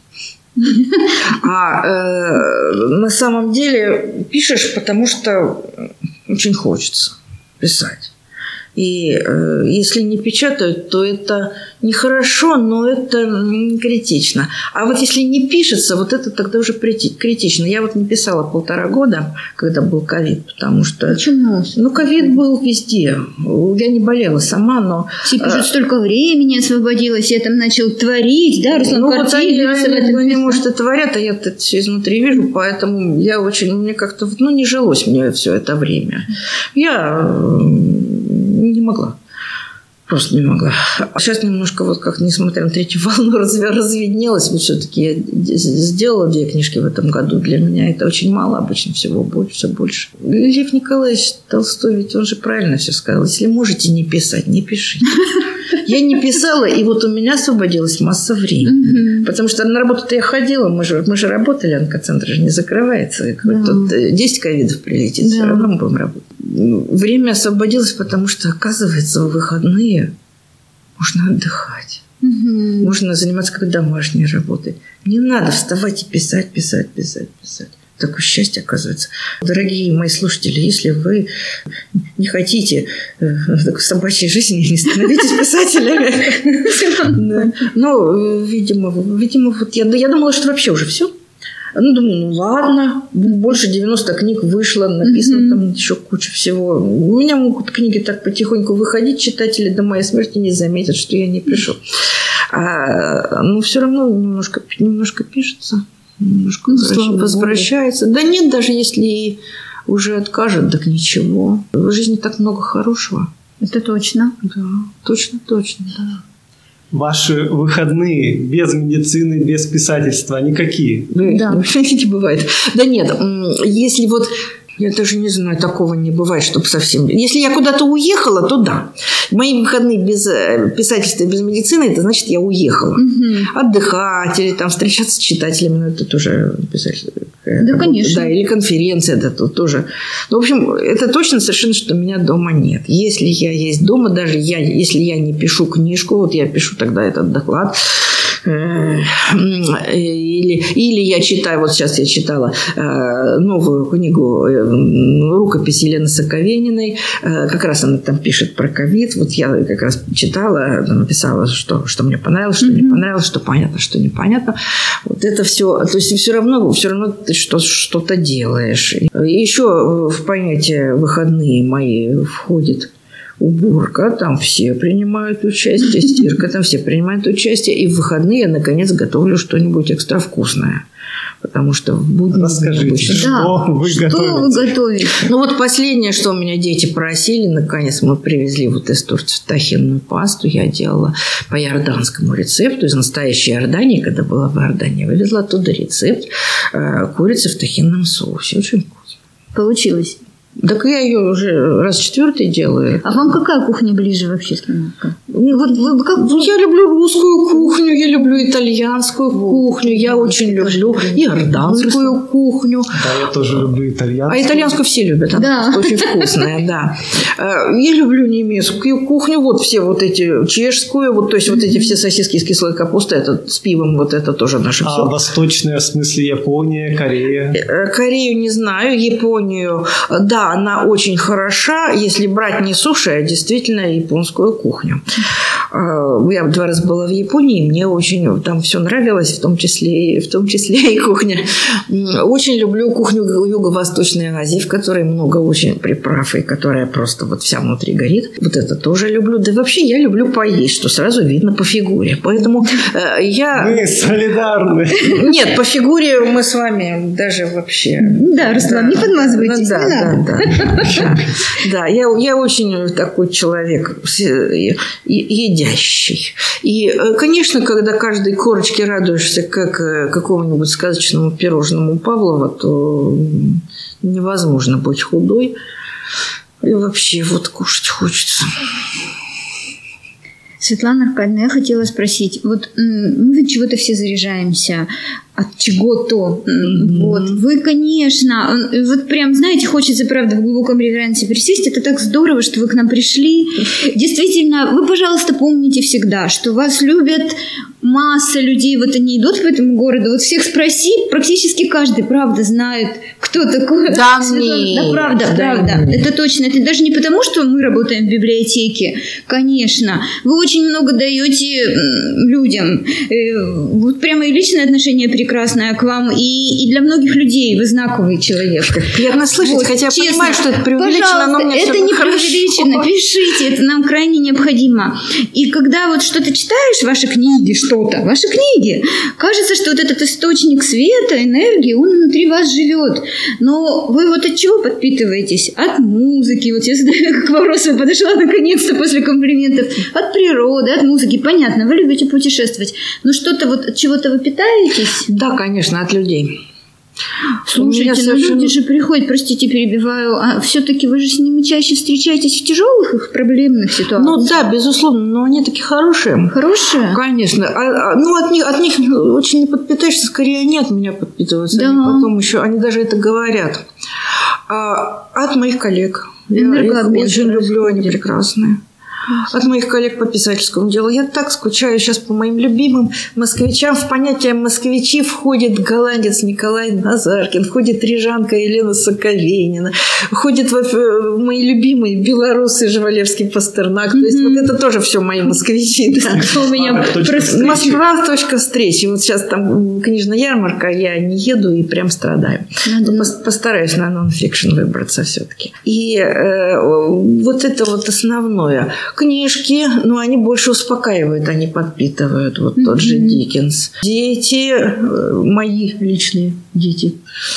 А э, на самом деле пишешь, потому что очень хочется писать. И э, если не печатают, то это нехорошо, но это не критично. А вот если не пишется, вот это тогда уже критично. Я вот не писала полтора года, когда был ковид, потому что... Почему? Ну, ковид был везде. Я не болела сама, но... Все пишут, столько времени освободилось, я там начал творить, да, Руслан? Ну, вот они, они, они, писать. может, и творят, а я это все изнутри вижу, поэтому я очень... Мне как-то... Ну, не жилось мне все это время. Я не могла. Просто не могла. Сейчас немножко, вот как, несмотря на третью волну, разведнелась. Вот все-таки я сделала две книжки в этом году. Для меня это очень мало. Обычно всего больше, все больше. Лев Николаевич Толстой, ведь он же правильно все сказал. Если можете не писать, не пишите. Я не писала, и вот у меня освободилась масса времени. Потому что на работу-то я ходила. Мы же, мы же работали, онкоцентр же не закрывается. Тут десять ковидов прилетит, все равно мы будем работать. Время освободилось, потому что, оказывается, в выходные можно отдыхать. Угу. Можно заниматься как домашней работой. Не надо вставать и писать, писать, писать, писать. Такое счастье, оказывается. Дорогие мои слушатели, если вы не хотите такой собачьей жизни, не становитесь писателями. Ну, видимо, видимо, вот я думала, что вообще уже все. Ну, думаю, ну ладно, больше девяноста книг вышло, написано mm-hmm. там еще куча всего. У меня могут книги так потихоньку выходить, читатели до моей смерти не заметят, что я не пишу. А, но все равно немножко, немножко пишется, немножко ну, возвращается. Да нет, даже если уже откажет, так ничего. В жизни так много хорошего. Это точно. Да, точно, точно, да. Ваши выходные без медицины, без писательства, они какие? Да, не бывает. Да нет, если вот... Я даже не знаю, такого не бывает, чтобы совсем... Если я куда-то уехала, то да. Мои выходные без писательства, без медицины, это значит, я уехала. Угу. Отдыхать или там встречаться с читателями, ну, это тоже писатель. Да, конечно. Да, или конференция, это тоже. Ну, в общем, это точно совершенно, что меня дома нет. Если я есть дома, даже я, если я не пишу книжку, вот я пишу тогда этот доклад, или, или я читаю, вот сейчас я читала новую книгу, рукопись Елены Соковениной, как раз она там пишет про ковид, вот я как раз читала, написала, что, что мне понравилось, что mm-hmm. не понравилось, что понятно, что непонятно. Вот это все, то есть все равно, все равно ты что, что-то делаешь. И еще в понятие выходные мои входит уборка, там все принимают участие, стирка, там все принимают участие. И в выходные я, наконец, готовлю что-нибудь экстра вкусное. Потому что в будни... Расскажите, что да, вы что готовите? вы готовите? Ну, вот последнее, что у меня дети просили, наконец мы привезли вот из Турции тахинную пасту. Я делала по иорданскому рецепту, из настоящей Иордании, когда была в Иордании. Вывезла оттуда рецепт э, курицы в тахинном соусе. Очень вкусно. Получилось? Так я ее уже раз четвертый делаю. А вам какая кухня ближе вообще? Вот, вы, как, я люблю русскую кухню, я люблю итальянскую кухню, я очень люблю иорданскую кухню. Да, я тоже люблю итальянскую. А итальянскую все любят, она да. очень вкусная, да. Я люблю немецкую кухню, вот все вот эти, чешскую, вот, то есть вот эти все сосиски из кислой капусты, это с пивом, вот это тоже наше все. А восточная, в смысле Япония, Корея? Корею не знаю, Японию, да. Она очень хороша, если брать не суши, а действительно японскую кухню. Я два раза была в Японии, мне очень там все нравилось, в том числе, в том числе и кухня. Очень люблю кухню Юго-Восточной Азии, в которой много очень приправ, и которая просто вот вся внутри горит. Вот это тоже люблю. Да и вообще я люблю поесть, что сразу видно по фигуре. Поэтому я... Мы солидарны. Нет, по фигуре мы с вами даже вообще... Да, Руслан, да. Не подмазывайтесь. Да, да, да. Да, да я, я очень такой человек едящий. И, конечно, когда каждой корочке радуешься, как какому-нибудь сказочному пирожному Павлова, то невозможно быть худой. И вообще вот кушать хочется. Светлана Аркадьевна, я хотела спросить, вот мы ведь чего-то все заряжаемся от чего-то. Mm-hmm. Вот. Вы, конечно, вот прям, знаете, хочется, правда, в глубоком реверансе присесть. Это так здорово, что вы к нам пришли. Действительно, вы, пожалуйста, помните всегда, что вас любят масса людей, вот они идут по этому городу, вот всех спроси, практически каждый, правда, знает, кто такой. Да, Светлана. Да, правда, да, правда. нет. Это точно. Это даже не потому, что мы работаем в библиотеке, конечно. Вы очень много даете людям. Вот прямо и личное отношение прекрасное к вам, и, и для многих людей вы знаковый человек. Как приятно слышать, Вот, хотя честно, я понимаю, что это преувеличено, но мне это всё не хорошо. преувеличено. Пишите, это нам крайне необходимо. И когда вот что-то читаешь, ваши книги, что-то, ваши книги, кажется, что вот этот источник света, энергии, он внутри вас живет. Но вы вот от чего подпитываетесь? От музыки. Вот я к вопросу подошла наконец-то после комплиментов. От природы, от музыки. Понятно, вы любите путешествовать. Но что-то вот от чего-то вы питаетесь? Да, конечно, от людей. Слушайте, ну совершенно... люди же приходят, простите, перебиваю, а все-таки вы же с ними чаще встречаетесь в тяжелых их проблемных ситуациях? Ну да, безусловно, но они такие хорошие. Хорошие? Конечно. А, а, ну, от них, от них очень не подпитаешься, скорее они от меня подпитываются. Да. Они потом еще, они даже это говорят. А, от моих коллег. Я их очень люблю, они прекрасные. От моих коллег по писательскому делу. Я так скучаю сейчас по моим любимым москвичам. В понятие москвичи входит голландец Николай Назаркин, входит рижанка Елена Соковенина, входит в мои любимые белорусы Жвалевский, Пастернак. Mm-hmm. То есть вот это тоже все мои москвичи. У меня Москва точка встречи. Вот сейчас там книжная ярмарка, я не еду и прям страдаю. Постараюсь на нон-фикшн выбраться все-таки. И вот это вот основное. Книжки, но они больше успокаивают, они подпитывают. Вот mm-hmm. тот же Диккенс. Дети, мои личные дети.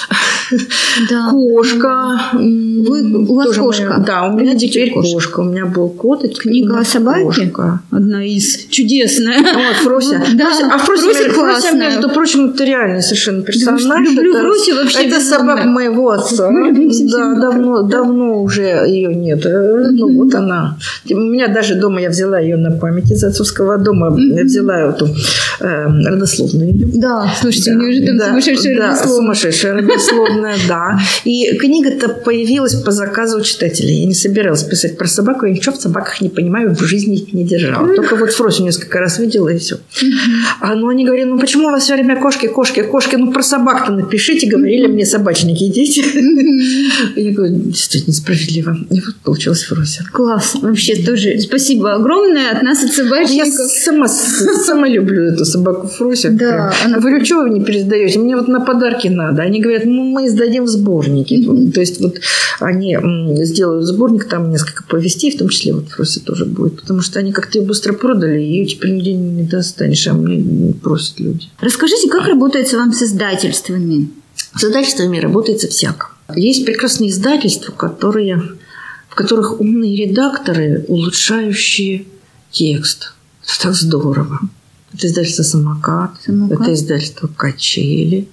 Да. Кошка. Вы, у вас тоже кошка? Моя, да, у меня теперь кошка. кошка. У меня был кот. Книга о собаке? Кошка. Одна из. Чудесная. Вот, Фрося. Да. Фрося. А Фрося, Фрося, Фрося, между прочим, это реальный совершенно персонаж. Люблю это, Фросю вообще. Это собака моего отца. Да, давно, давно уже ее нет. Ну, вот она. У меня даже дома я взяла ее на память из отцовского дома. Я взяла эту э, родословную. Да, слушайте, да, у нее же там да, сумасшедшая да, родословная. Сумасшедшая родословная, да. И книга-то появилась по заказу читателя. Я не собиралась писать про собаку. Я ничего в собаках не понимаю, в жизни их не держала. Только вот Фросю несколько раз видела, и все. А ну они говорили, ну почему у вас все время кошки, кошки, кошки? Ну про собак-то напишите, говорили мне собачники, дети. Я говорю, действительно справедливо. И вот получилась Фрося. Класс. Вообще тоже спасибо огромное от нас, от собачников. Я сама, сама люблю эту собаку Фрося. Да, она... Говорю, что вы не пересдаете? Мне вот на подарки надо. Они говорят, ну мы издадим в сборнике. Mm-hmm. То есть вот они сделают сборник, там несколько повестей, в том числе вот Фрося тоже будет. Потому что они как-то ее быстро продали, и ее теперь нигде не достанешь, а мне просят люди. Расскажите, как работается вам с издательствами? С издательствами работается всяко. Есть прекрасные издательства, которые... в которых умные редакторы, улучшающие текст. Это так здорово. Это издательство «Самокат», Самокат. Это издательство «Качели».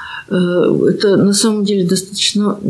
Это на самом деле достаточно...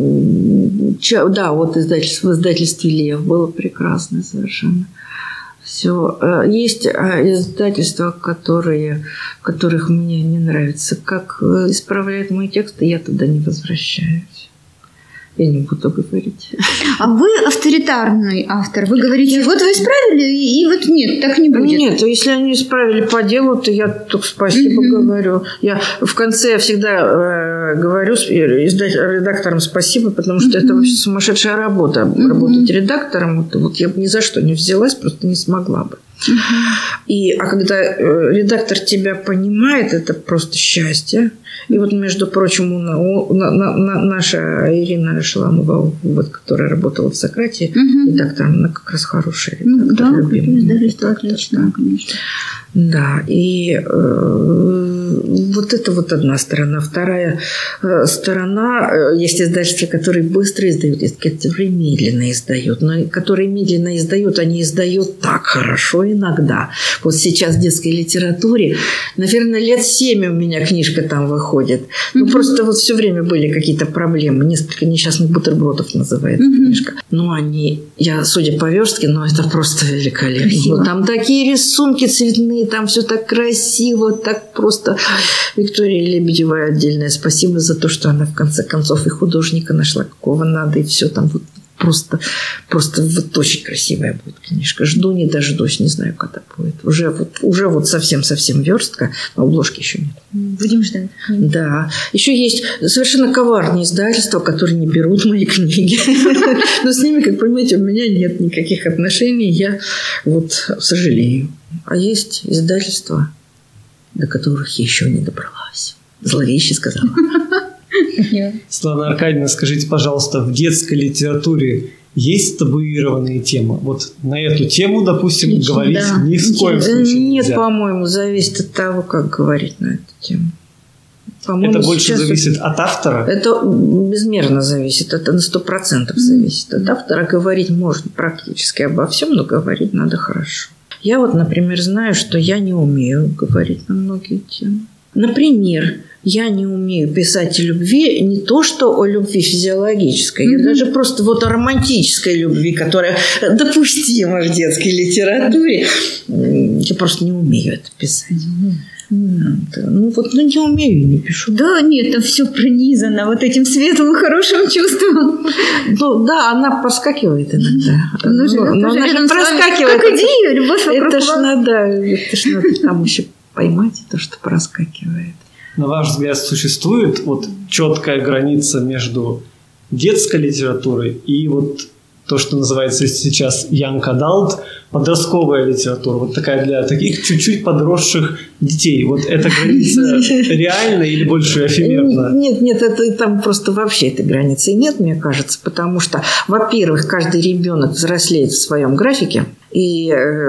Да, вот издательство, в издательстве «Лев» было прекрасно совершенно. Все. Есть издательства, которые, в которых мне не нравится, как исправляют мои тексты, я туда не возвращаюсь. Я не буду говорить. А вы авторитарный автор. Вы говорите, вот вы исправили, и, и вот нет, так не будет. Нет, если они исправили по делу, то я только спасибо mm-hmm. говорю. Я в конце всегда э, говорю редакторам спасибо, потому что mm-hmm. это вообще сумасшедшая работа. Mm-hmm. Работать редактором, это вот я бы ни за что не взялась, просто не смогла бы. Uh-huh. И, а когда э, редактор тебя понимает, это просто счастье. И вот, между прочим, у, у, на, на, наша Ирина Шаламова, вот, которая работала в «Сократе», uh-huh. редактором, она как раз хорошая редактор, ну, да, любимый редактор. Отлично, да. Конечно. Да, и э, вот это вот одна сторона. Вторая э, сторона, э, есть издательства, которые быстро издают, есть которые медленно издают. Но которые медленно издают, они издают так хорошо иногда. Вот сейчас в детской литературе, наверное, лет семь у меня книжка там выходит. Ну, mm-hmm. просто вот все время были какие-то проблемы. Несколько несчастных бутербродов называется mm-hmm. книжка. Ну, они, я, судя по верстке, ну, это просто великолепно. Ну, там такие рисунки цветные, там все так красиво, так просто. Виктория Лебедева отдельное спасибо за то, что она в конце концов и художника нашла, какого надо, и все там вот Просто, просто вот очень красивая будет книжка. Жду не дождусь, не знаю, когда будет. Уже вот, уже вот совсем-совсем верстка, но обложки еще нет. Будем ждать. Да. Еще есть совершенно коварные издательства, которые не берут мои книги. Но с ними, как понимаете, у меня нет никаких отношений. Я вот сожалею. А есть издательства, до которых я еще не добралась. Зловеще сказала. Светлана Аркадьевна, скажите, пожалуйста, в детской литературе есть табуированные темы? Вот на эту тему, допустим, Лично, говорить да. ни в коем случае Нет, нельзя. по-моему, зависит от того, как говорить на эту тему. По-моему, это больше зависит от автора? Это безмерно зависит. Это на сто процентов зависит от автора. Говорить можно практически обо всем, но говорить надо хорошо. Я вот, например, знаю, что я не умею говорить на многие темы. Например, я не умею писать о любви, не то что о любви физиологической, mm-hmm. я даже просто вот о романтической любви, которая допустима в детской литературе, я просто не умею это писать. Mm-hmm. Ну вот, ну не умею и не пишу. Да, нет, там все пронизано вот этим светлым, хорошим чувством. Ну да, она проскакивает иногда. Ну, но, но она же проскакивает. Как идея, любовь вокруг это ж вас. надо, это ж надо там еще поймать то, что проскакивает. На ваш взгляд, существует вот четкая граница между детской литературой и вот то, что называется сейчас young adult, подростковая литература, вот такая для таких чуть-чуть подросших детей. Вот эта граница реальна или больше эфемерна? Нет, нет, это там просто вообще этой границы нет, мне кажется, потому что, во-первых, каждый ребенок взрослеет в своем графике. И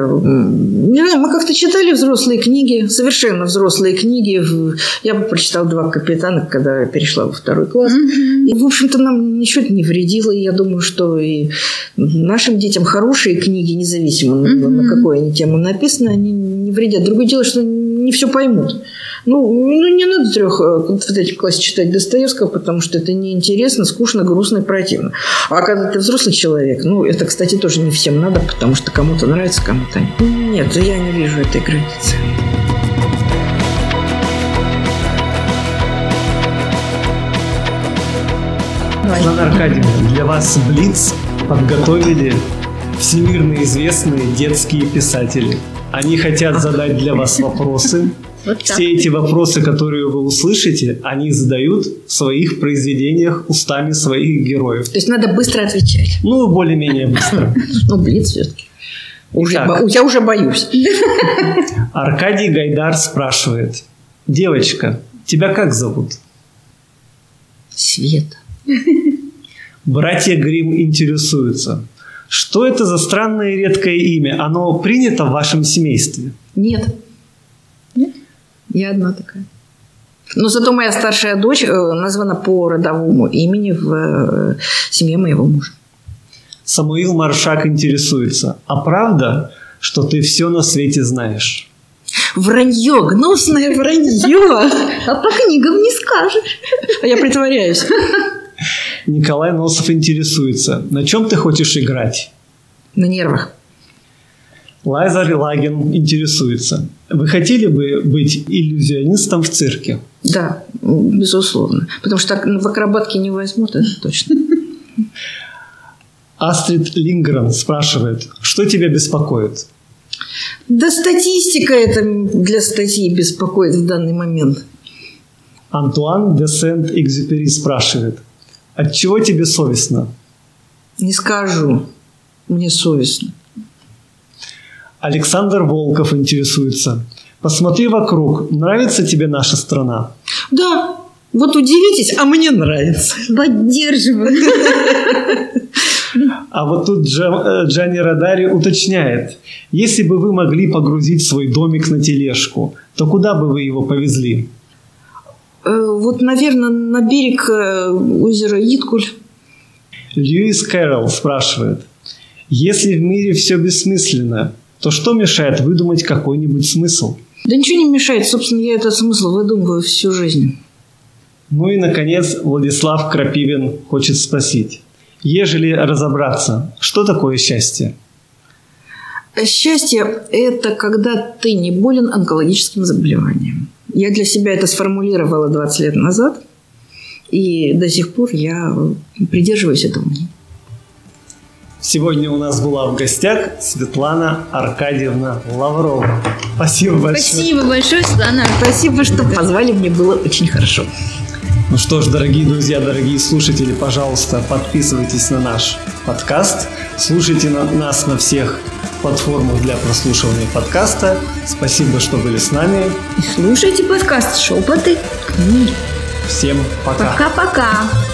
не знаю, мы как-то читали взрослые книги, совершенно взрослые книги. Я бы прочитала «Два капитана», когда я перешла во второй класс. Mm-hmm. И, в общем-то, нам ничего это не вредило. И я думаю, что и нашим детям хорошие книги, независимо mm-hmm. на какой они тему написаны, они не вредят. Другое дело, что не все поймут. Ну, ну не надо трех в третьем классе читать Достоевского, потому что это неинтересно, скучно, грустно и противно. А когда ты взрослый человек, ну, это, кстати, тоже не всем надо, потому что кому-то нравится, кому-то нет. Нет, я не вижу этой границы. Светлана Аркадьевна, для вас Блиц подготовили всемирно известные детские писатели. Они хотят задать для вас вопросы. Вот Все эти вопросы, которые вы услышите, они задают в своих произведениях устами своих героев. То есть надо быстро отвечать. Ну, более-менее быстро. Ну, Блиц все-таки. Я уже боюсь. Аркадий Гайдар спрашивает. Девочка, тебя как зовут? Света. Братья Гримм интересуются. Что это за странное и редкое имя? Оно принято в вашем семействе? Нет. Нет? Я одна такая. Но зато моя старшая дочь названа по родовому имени в семье моего мужа. Самуил Маршак интересуется. А правда, что ты все на свете знаешь? Вранье, гнусное вранье. А по книгам не скажешь. А я притворяюсь. Николай Носов интересуется. На чем ты хочешь играть? На нервах. Лазарь Лагин интересуется. Вы хотели бы быть иллюзионистом в цирке? Да, безусловно. Потому что в акробатке не возьмут, это точно. Астрид Лингрен спрашивает, что тебя беспокоит? Да статистика это для статьи беспокоит в данный момент. Антуан де Сент-Экзюпери спрашивает, от чего тебе совестно? Не скажу. Мне совестно. Александр Волков интересуется. Посмотри вокруг. Нравится тебе наша страна? Да. Вот удивитесь, а мне нравится. Поддерживаю. А вот тут Джанни Радари уточняет. Если бы вы могли погрузить свой домик на тележку, то куда бы вы его повезли? Вот, наверное, на берег озера Иткуль. Льюис Кэрролл спрашивает. Если в мире все бессмысленно, то что мешает выдумать какой-нибудь смысл? Да ничего не мешает. Собственно, я этот смысл выдумываю всю жизнь. Ну и, наконец, Владислав Крапивин хочет спросить. Ежели разобраться, что такое счастье? Счастье – это когда ты не болен онкологическим заболеванием. Я для себя это сформулировала двадцать лет назад, и до сих пор я придерживаюсь этого мнения. Сегодня у нас была в гостях Светлана Аркадьевна Лаврова. Спасибо большое. Спасибо большое, Светлана. Спасибо, что позвали, мне было очень хорошо. Ну что ж, дорогие друзья, дорогие слушатели, пожалуйста, подписывайтесь на наш подкаст, слушайте на, нас на всех платформах для прослушивания подкаста. Спасибо, что были с нами. И слушайте подкаст «Шепоты книг». Всем пока. Пока-пока.